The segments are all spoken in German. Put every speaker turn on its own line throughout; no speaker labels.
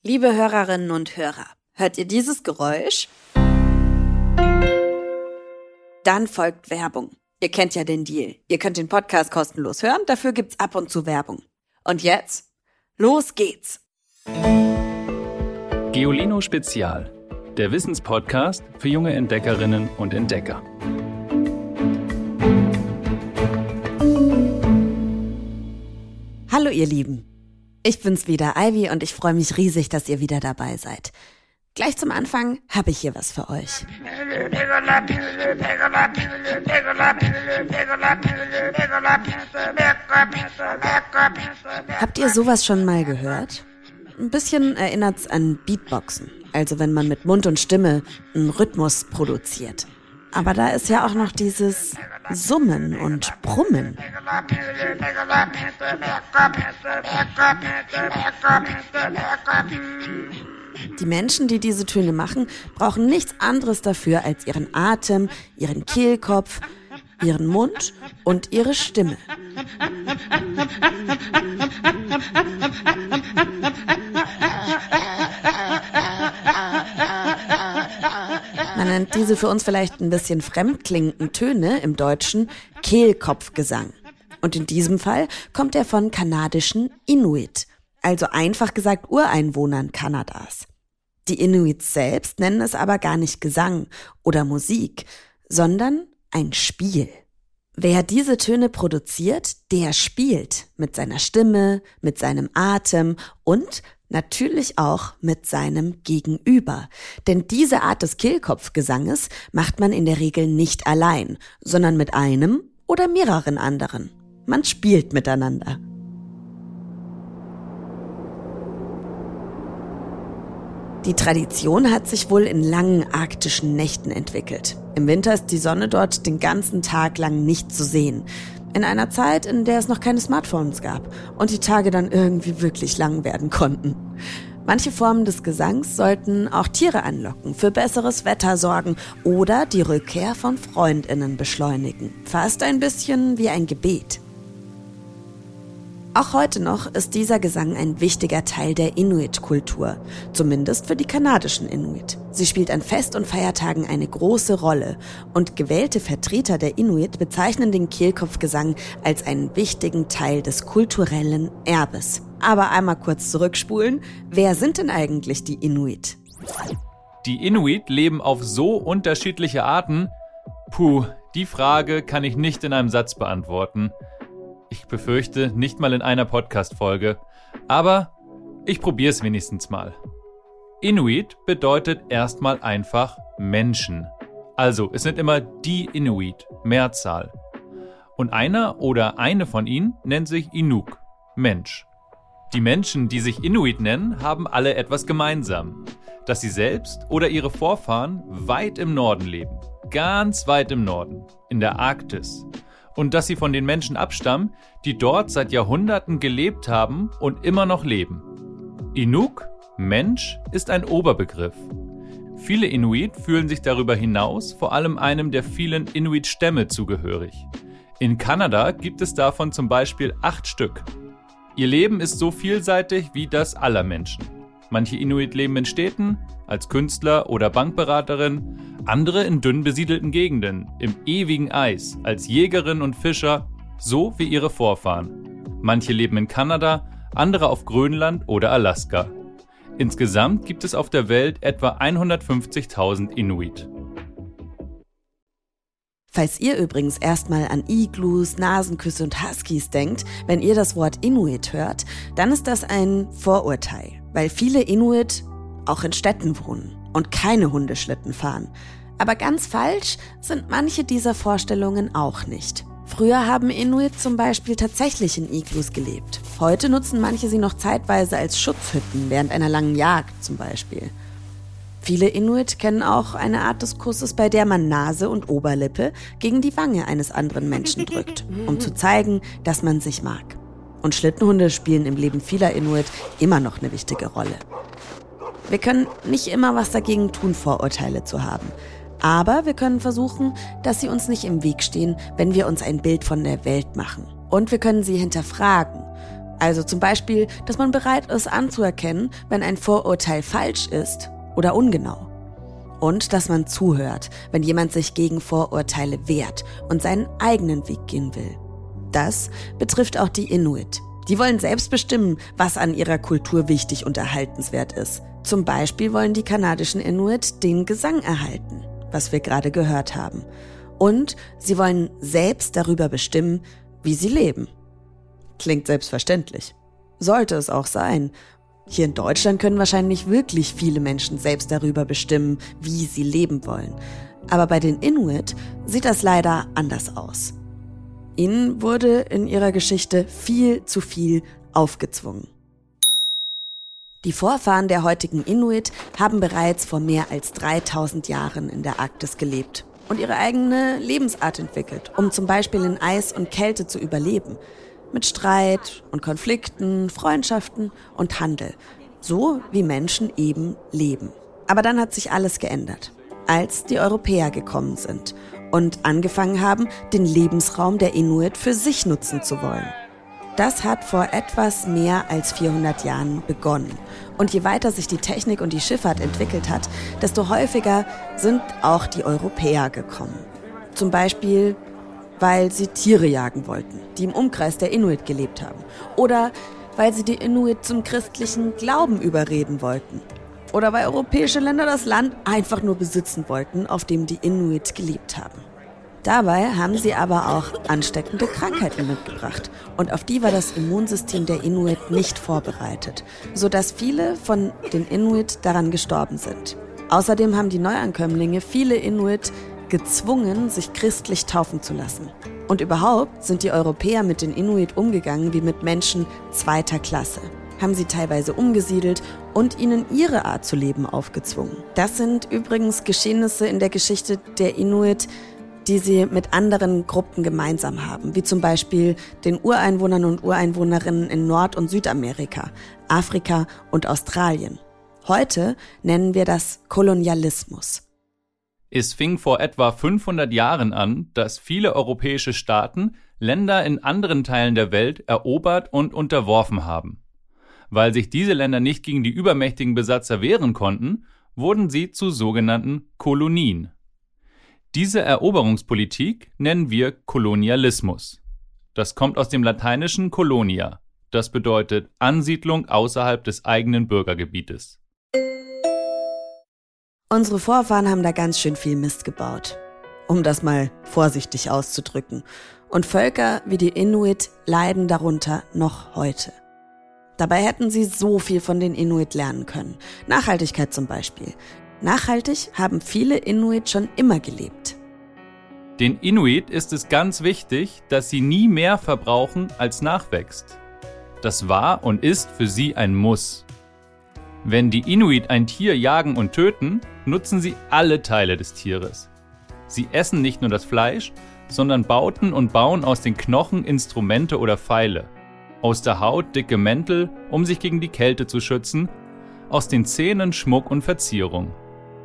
Liebe Hörerinnen und Hörer, hört ihr dieses Geräusch? Dann folgt Werbung. Ihr kennt ja den Deal. Ihr könnt den Podcast kostenlos hören, dafür gibt's ab und zu Werbung. Und jetzt, los geht's!
Geolino Spezial, der Wissenspodcast für junge Entdeckerinnen und Entdecker.
Hallo ihr Lieben, ich bin's wieder, Ivy, und ich freue mich riesig, dass ihr wieder dabei seid. Gleich zum Anfang habe ich hier was für euch. Habt ihr sowas schon mal gehört? Ein bisschen erinnert's an Beatboxen, also wenn man mit Mund und Stimme einen Rhythmus produziert. Aber da ist ja auch noch dieses Summen und Brummen. Die Menschen, die diese Töne machen, brauchen nichts anderes dafür als ihren Atem, ihren Kehlkopf, ihren Mund und ihre Stimme. Man nennt diese für uns vielleicht ein bisschen fremd klingenden Töne im Deutschen Kehlkopfgesang. Und in diesem Fall kommt er von kanadischen Inuit, also einfach gesagt Ureinwohnern Kanadas. Die Inuits selbst nennen es aber gar nicht Gesang oder Musik, sondern ein Spiel. Wer diese Töne produziert, der spielt mit seiner Stimme, mit seinem Atem und natürlich auch mit seinem Gegenüber. Denn diese Art des Kehlkopfgesanges macht man in der Regel nicht allein, sondern mit einem oder mehreren anderen. Man spielt miteinander. Die Tradition hat sich wohl in langen arktischen Nächten entwickelt. Im Winter ist die Sonne dort den ganzen Tag lang nicht zu sehen. In einer Zeit, in der es noch keine Smartphones gab und die Tage dann irgendwie wirklich lang werden konnten. Manche Formen des Gesangs sollten auch Tiere anlocken, für besseres Wetter sorgen oder die Rückkehr von FreundInnen beschleunigen. Fast ein bisschen wie ein Gebet. Auch heute noch ist dieser Gesang ein wichtiger Teil der Inuit-Kultur, zumindest für die kanadischen Inuit. Sie spielt an Fest- und Feiertagen eine große Rolle und gewählte Vertreter der Inuit bezeichnen den Kehlkopfgesang als einen wichtigen Teil des kulturellen Erbes. Aber einmal kurz zurückspulen, wer sind denn eigentlich die Inuit?
Die Inuit leben auf so unterschiedliche Arten? Die Frage kann ich nicht in einem Satz beantworten. Ich befürchte, nicht mal in einer Podcast-Folge. Aber ich probiere es wenigstens mal. Inuit bedeutet erstmal einfach Menschen. Also, es sind immer die Inuit, Mehrzahl. Und einer oder eine von ihnen nennt sich Inuk, Mensch. Die Menschen, die sich Inuit nennen, haben alle etwas gemeinsam. Dass sie selbst oder ihre Vorfahren weit im Norden leben. Ganz weit im Norden, in der Arktis. Und dass sie von den Menschen abstammen, die dort seit Jahrhunderten gelebt haben und immer noch leben. Inuk, Mensch, ist ein Oberbegriff. Viele Inuit fühlen sich darüber hinaus vor allem einem der vielen Inuit-Stämme zugehörig. In Kanada gibt es davon zum Beispiel 8 Stück. Ihr Leben ist so vielseitig wie das aller Menschen. Manche Inuit leben in Städten, als Künstler oder Bankberaterin, andere in dünn besiedelten Gegenden, im ewigen Eis, als Jägerin und Fischer, so wie ihre Vorfahren. Manche leben in Kanada, andere auf Grönland oder Alaska. Insgesamt gibt es auf der Welt etwa 150.000 Inuit.
Falls ihr übrigens erstmal an Iglus, Nasenküsse und Huskies denkt, wenn ihr das Wort Inuit hört, dann ist das ein Vorurteil, weil viele Inuit auch in Städten wohnen und keine Hundeschlitten fahren. Aber ganz falsch sind manche dieser Vorstellungen auch nicht. Früher haben Inuit zum Beispiel tatsächlich in Iglus gelebt. Heute nutzen manche sie noch zeitweise als Schutzhütten während einer langen Jagd zum Beispiel. Viele Inuit kennen auch eine Art des Kusses, bei der man Nase und Oberlippe gegen die Wange eines anderen Menschen drückt, um zu zeigen, dass man sich mag. Und Schlittenhunde spielen im Leben vieler Inuit immer noch eine wichtige Rolle. Wir können nicht immer was dagegen tun, Vorurteile zu haben. Aber wir können versuchen, dass sie uns nicht im Weg stehen, wenn wir uns ein Bild von der Welt machen. Und wir können sie hinterfragen. Also zum Beispiel, dass man bereit ist anzuerkennen, wenn ein Vorurteil falsch ist oder ungenau. Und dass man zuhört, wenn jemand sich gegen Vorurteile wehrt und seinen eigenen Weg gehen will. Das betrifft auch die Inuit. Die wollen selbst bestimmen, was an ihrer Kultur wichtig und erhaltenswert ist. Zum Beispiel wollen die kanadischen Inuit den Gesang erhalten, was wir gerade gehört haben. Und sie wollen selbst darüber bestimmen, wie sie leben. Klingt selbstverständlich. Sollte es auch sein. Hier in Deutschland können wahrscheinlich wirklich viele Menschen selbst darüber bestimmen, wie sie leben wollen. Aber bei den Inuit sieht das leider anders aus. Ihnen wurde in ihrer Geschichte viel zu viel aufgezwungen. Die Vorfahren der heutigen Inuit haben bereits vor mehr als 3000 Jahren in der Arktis gelebt und ihre eigene Lebensart entwickelt, um zum Beispiel in Eis und Kälte zu überleben. Mit Streit und Konflikten, Freundschaften und Handel. So wie Menschen eben leben. Aber dann hat sich alles geändert, als die Europäer gekommen sind und angefangen haben, den Lebensraum der Inuit für sich nutzen zu wollen. Das hat vor etwas mehr als 400 Jahren begonnen. Und je weiter sich die Technik und die Schifffahrt entwickelt hat, desto häufiger sind auch die Europäer gekommen. Zum Beispiel, weil sie Tiere jagen wollten, die im Umkreis der Inuit gelebt haben. Oder weil sie die Inuit zum christlichen Glauben überreden wollten. Oder weil europäische Länder das Land einfach nur besitzen wollten, auf dem die Inuit gelebt haben. Dabei haben sie aber auch ansteckende Krankheiten mitgebracht. Und auf die war das Immunsystem der Inuit nicht vorbereitet, sodass viele von den Inuit daran gestorben sind. Außerdem haben die Neuankömmlinge viele Inuit gezwungen, sich christlich taufen zu lassen. Und überhaupt sind die Europäer mit den Inuit umgegangen wie mit Menschen zweiter Klasse. Haben sie teilweise umgesiedelt und ihnen ihre Art zu leben aufgezwungen. Das sind übrigens Geschehnisse in der Geschichte der Inuit, die sie mit anderen Gruppen gemeinsam haben, wie zum Beispiel den Ureinwohnern und Ureinwohnerinnen in Nord- und Südamerika, Afrika und Australien. Heute nennen wir das Kolonialismus.
Es fing vor etwa 500 Jahren an, dass viele europäische Staaten Länder in anderen Teilen der Welt erobert und unterworfen haben. Weil sich diese Länder nicht gegen die übermächtigen Besatzer wehren konnten, wurden sie zu sogenannten Kolonien. Diese Eroberungspolitik nennen wir Kolonialismus. Das kommt aus dem lateinischen colonia. Das bedeutet Ansiedlung außerhalb des eigenen Bürgergebietes.
Unsere Vorfahren haben da ganz schön viel Mist gebaut, um das mal vorsichtig auszudrücken. Und Völker wie die Inuit leiden darunter noch heute. Dabei hätten sie so viel von den Inuit lernen können. Nachhaltigkeit zum Beispiel. Nachhaltig haben viele Inuit schon immer gelebt.
Den Inuit ist es ganz wichtig, dass sie nie mehr verbrauchen, als nachwächst. Das war und ist für sie ein Muss. Wenn die Inuit ein Tier jagen und töten, nutzen sie alle Teile des Tieres. Sie essen nicht nur das Fleisch, sondern bauten und bauen aus den Knochen Instrumente oder Pfeile. Aus der Haut dicke Mäntel, um sich gegen die Kälte zu schützen. Aus den Zähnen Schmuck und Verzierung.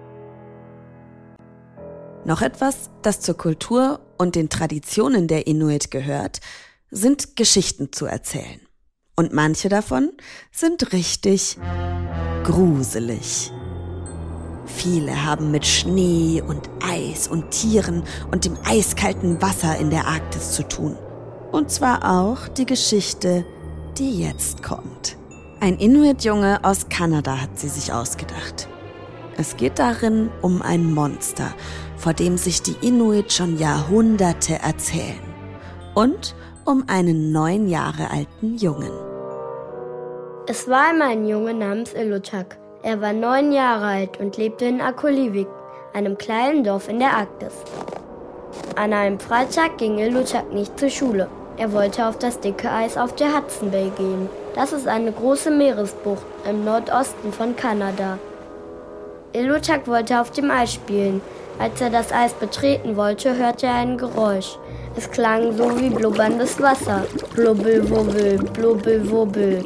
Noch etwas, das zur Kultur und den Traditionen der Inuit gehört, sind Geschichten zu erzählen. Und manche davon sind richtig gruselig. Viele haben mit Schnee und Eis und Tieren und dem eiskalten Wasser in der Arktis zu tun. Und zwar auch die Geschichte, die jetzt kommt. Ein Inuit-Junge aus Kanada hat sie sich ausgedacht. Es geht darin um ein Monster, vor dem sich die Inuit schon Jahrhunderte erzählen. Und um einen 9 Jahre alten Jungen.
Es war einmal ein Junge namens Illuchak. Er war 9 Jahre alt und lebte in Akulivik, einem kleinen Dorf in der Arktis. An einem Freitag ging Illuchak nicht zur Schule. Er wollte auf das dicke Eis auf der Hudson Bay gehen. Das ist eine große Meeresbucht im Nordosten von Kanada. Illuchak wollte auf dem Eis spielen. Als er das Eis betreten wollte, hörte er ein Geräusch. Es klang so wie blubberndes Wasser. Blubbel, wubbel, blubbel, wubbel.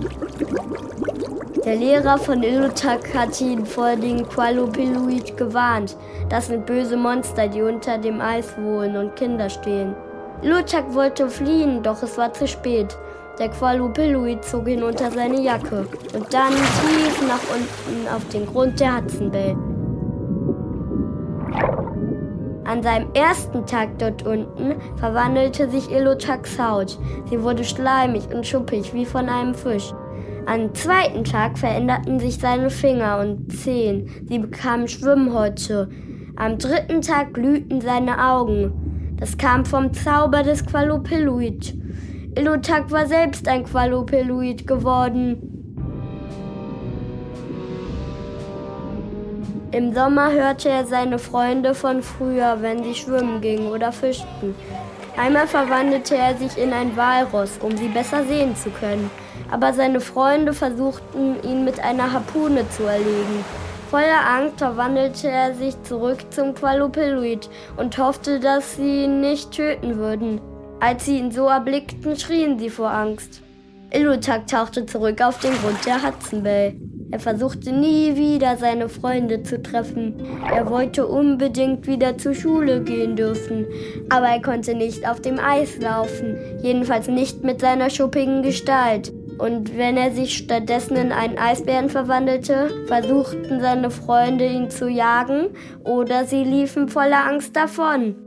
Der Lehrer von Illuchak hatte ihn vor den Qualopiluit gewarnt. Das sind böse Monster, die unter dem Eis wohnen und Kinder stehlen. Illuchak wollte fliehen, doch es war zu spät. Der Qualupeluit zog ihn unter seine Jacke und dann tief nach unten auf den Grund der Hudson Bay. An seinem ersten Tag dort unten verwandelte sich Iluchaks Haut. Sie wurde schleimig und schuppig wie von einem Fisch. Am zweiten Tag veränderten sich seine Finger und Zehen. Sie bekamen Schwimmhäute. Am dritten Tag glühten seine Augen. Das kam vom Zauber des Qualupeluit. Iluchak war selbst ein Qualupeluit geworden. Im Sommer hörte er seine Freunde von früher, wenn sie schwimmen gingen oder fischten. Einmal verwandelte er sich in ein Walross, um sie besser sehen zu können. Aber seine Freunde versuchten, ihn mit einer Harpune zu erlegen. Voller Angst verwandelte er sich zurück zum Qualupeluit und hoffte, dass sie ihn nicht töten würden. Als sie ihn so erblickten, schrien sie vor Angst. Iluchak tauchte zurück auf den Grund der Hudson Bay. Er versuchte nie wieder, seine Freunde zu treffen. Er wollte unbedingt wieder zur Schule gehen dürfen. Aber er konnte nicht auf dem Eis laufen. Jedenfalls nicht mit seiner schuppigen Gestalt. Und wenn er sich stattdessen in einen Eisbären verwandelte, versuchten seine Freunde, ihn zu jagen, oder sie liefen voller Angst davon.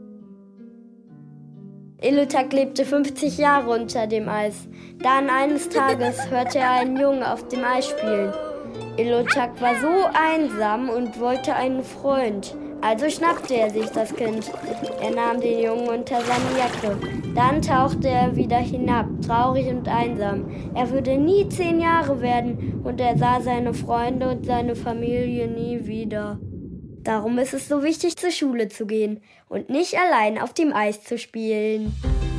Iluchak lebte 50 Jahre unter dem Eis. Dann eines Tages hörte er einen Jungen auf dem Eis spielen. Iluchak war so einsam und wollte einen Freund. Also schnappte er sich das Kind. Er nahm den Jungen unter seine Jacke. Dann tauchte er wieder hinab, traurig und einsam. Er würde nie 10 Jahre werden und er sah seine Freunde und seine Familie nie wieder. Darum ist es so wichtig, zur Schule zu gehen und nicht allein auf dem Eis zu spielen.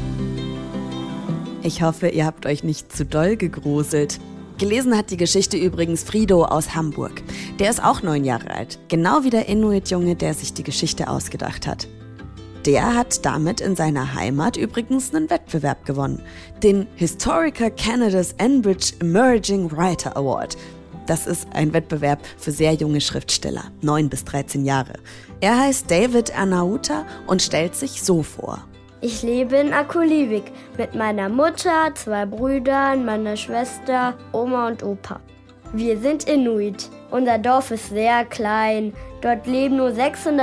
Ich hoffe, ihr habt euch nicht zu doll gegruselt. Gelesen hat die Geschichte übrigens Frido aus Hamburg. Der ist auch 9 Jahre alt, genau wie der Inuit-Junge, der sich die Geschichte ausgedacht hat. Der hat damit in seiner Heimat übrigens einen Wettbewerb gewonnen, den Historica Canada's Enbridge Emerging Writer Award. Das ist ein Wettbewerb für sehr junge Schriftsteller, 9 bis 13 Jahre. Er heißt David Anauta und stellt sich so vor.
Ich lebe in Akulivik mit meiner Mutter, 2 Brüdern, meiner Schwester, Oma und Opa. Wir sind Inuit. Unser Dorf ist sehr klein. Dort leben nur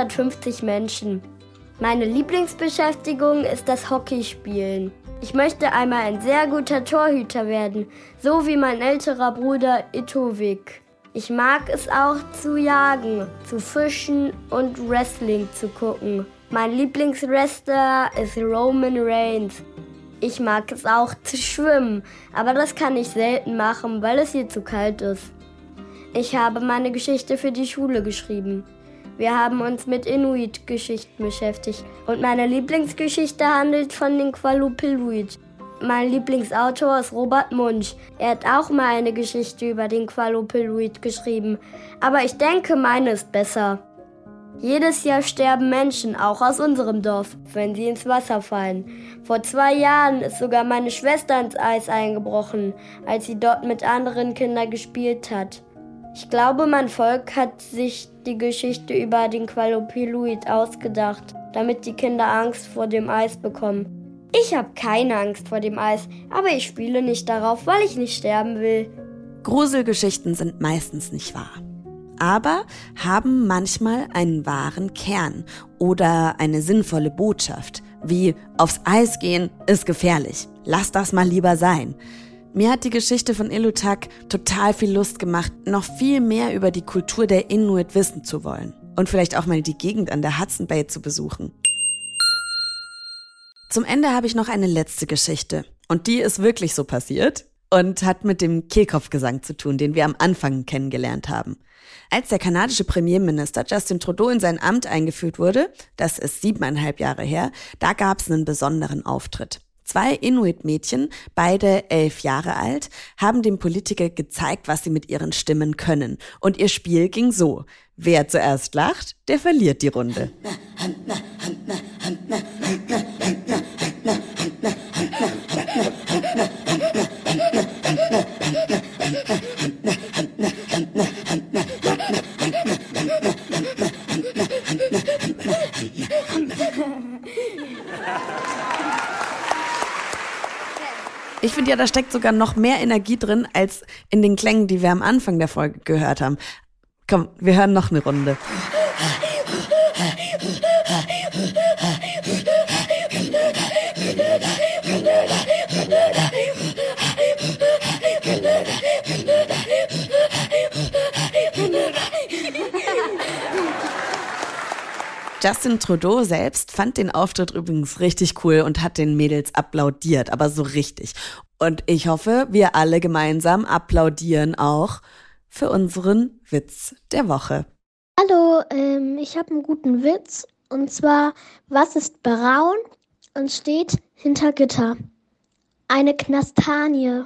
650 Menschen. Meine Lieblingsbeschäftigung ist das Hockeyspielen. Ich möchte einmal ein sehr guter Torhüter werden, so wie mein älterer Bruder Itovik. Ich mag es auch zu jagen, zu fischen und Wrestling zu gucken. Mein Lieblingswrestler ist Roman Reigns. Ich mag es auch zu schwimmen, aber das kann ich selten machen, weil es hier zu kalt ist. Ich habe meine Geschichte für die Schule geschrieben. Wir haben uns mit Inuit-Geschichten beschäftigt und meine Lieblingsgeschichte handelt von den Qualupeluit. Mein Lieblingsautor ist Robert Munsch. Er hat auch mal eine Geschichte über den Qualupeluit geschrieben, aber ich denke, meine ist besser. Jedes Jahr sterben Menschen, auch aus unserem Dorf, wenn sie ins Wasser fallen. Vor 2 Jahren ist sogar meine Schwester ins Eis eingebrochen, als sie dort mit anderen Kindern gespielt hat. Ich glaube, mein Volk hat sich die Geschichte über den Qualupeluit ausgedacht, damit die Kinder Angst vor dem Eis bekommen. Ich habe keine Angst vor dem Eis, aber ich spiele nicht darauf, weil ich nicht sterben will.
Gruselgeschichten sind meistens nicht wahr, aber haben manchmal einen wahren Kern oder eine sinnvolle Botschaft, wie aufs Eis gehen ist gefährlich, lass das mal lieber sein. Mir hat die Geschichte von Iluchak total viel Lust gemacht, noch viel mehr über die Kultur der Inuit wissen zu wollen und vielleicht auch mal die Gegend an der Hudson Bay zu besuchen. Zum Ende habe ich noch eine letzte Geschichte und die ist wirklich so passiert und hat mit dem Kehlkopfgesang zu tun, den wir am Anfang kennengelernt haben. Als der kanadische Premierminister Justin Trudeau in sein Amt eingeführt wurde, das ist 7,5 Jahre her, da gab es einen besonderen Auftritt. 2 Inuit-Mädchen, beide 11 Jahre alt, haben dem Politiker gezeigt, was sie mit ihren Stimmen können. Und ihr Spiel ging so: Wer zuerst lacht, der verliert die Runde. Ich finde ja, da steckt sogar noch mehr Energie drin, als in den Klängen, die wir am Anfang der Folge gehört haben. Komm, wir hören noch eine Runde. Justin Trudeau selbst fand den Auftritt übrigens richtig cool und hat den Mädels applaudiert, aber so richtig. Und ich hoffe, wir alle gemeinsam applaudieren auch für unseren Witz der Woche.
Hallo, ich habe einen guten Witz. Und zwar, was ist braun und steht hinter Gitter? Eine Knastanie.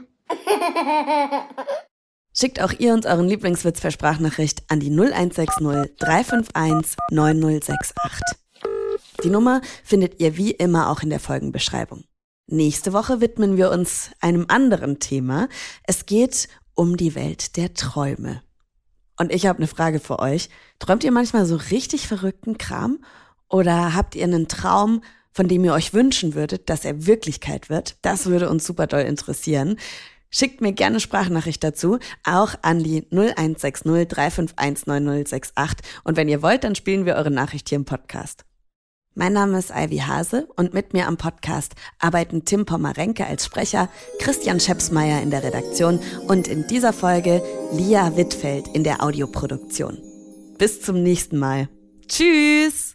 Schickt auch ihr uns euren Lieblingswitz per Sprachnachricht an die 0160 351 9068. Die Nummer findet ihr wie immer auch in der Folgenbeschreibung. Nächste Woche widmen wir uns einem anderen Thema. Es geht um die Welt der Träume. Und ich habe eine Frage für euch. Träumt ihr manchmal so richtig verrückten Kram? Oder habt ihr einen Traum, von dem ihr euch wünschen würdet, dass er Wirklichkeit wird? Das würde uns super doll interessieren. Schickt mir gerne Sprachnachricht dazu, auch an die 0160 351 9068. Und wenn ihr wollt, dann spielen wir eure Nachricht hier im Podcast. Mein Name ist Ivy Hase und mit mir am Podcast arbeiten Tim Pommerenke als Sprecher, Christian Schepsmeier in der Redaktion und in dieser Folge Lia Wittfeld in der Audioproduktion. Bis zum nächsten Mal. Tschüss!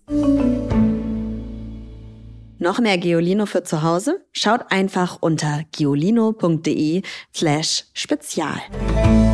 Noch mehr Geolino für zu Hause? Schaut einfach unter geolino.de/spezial.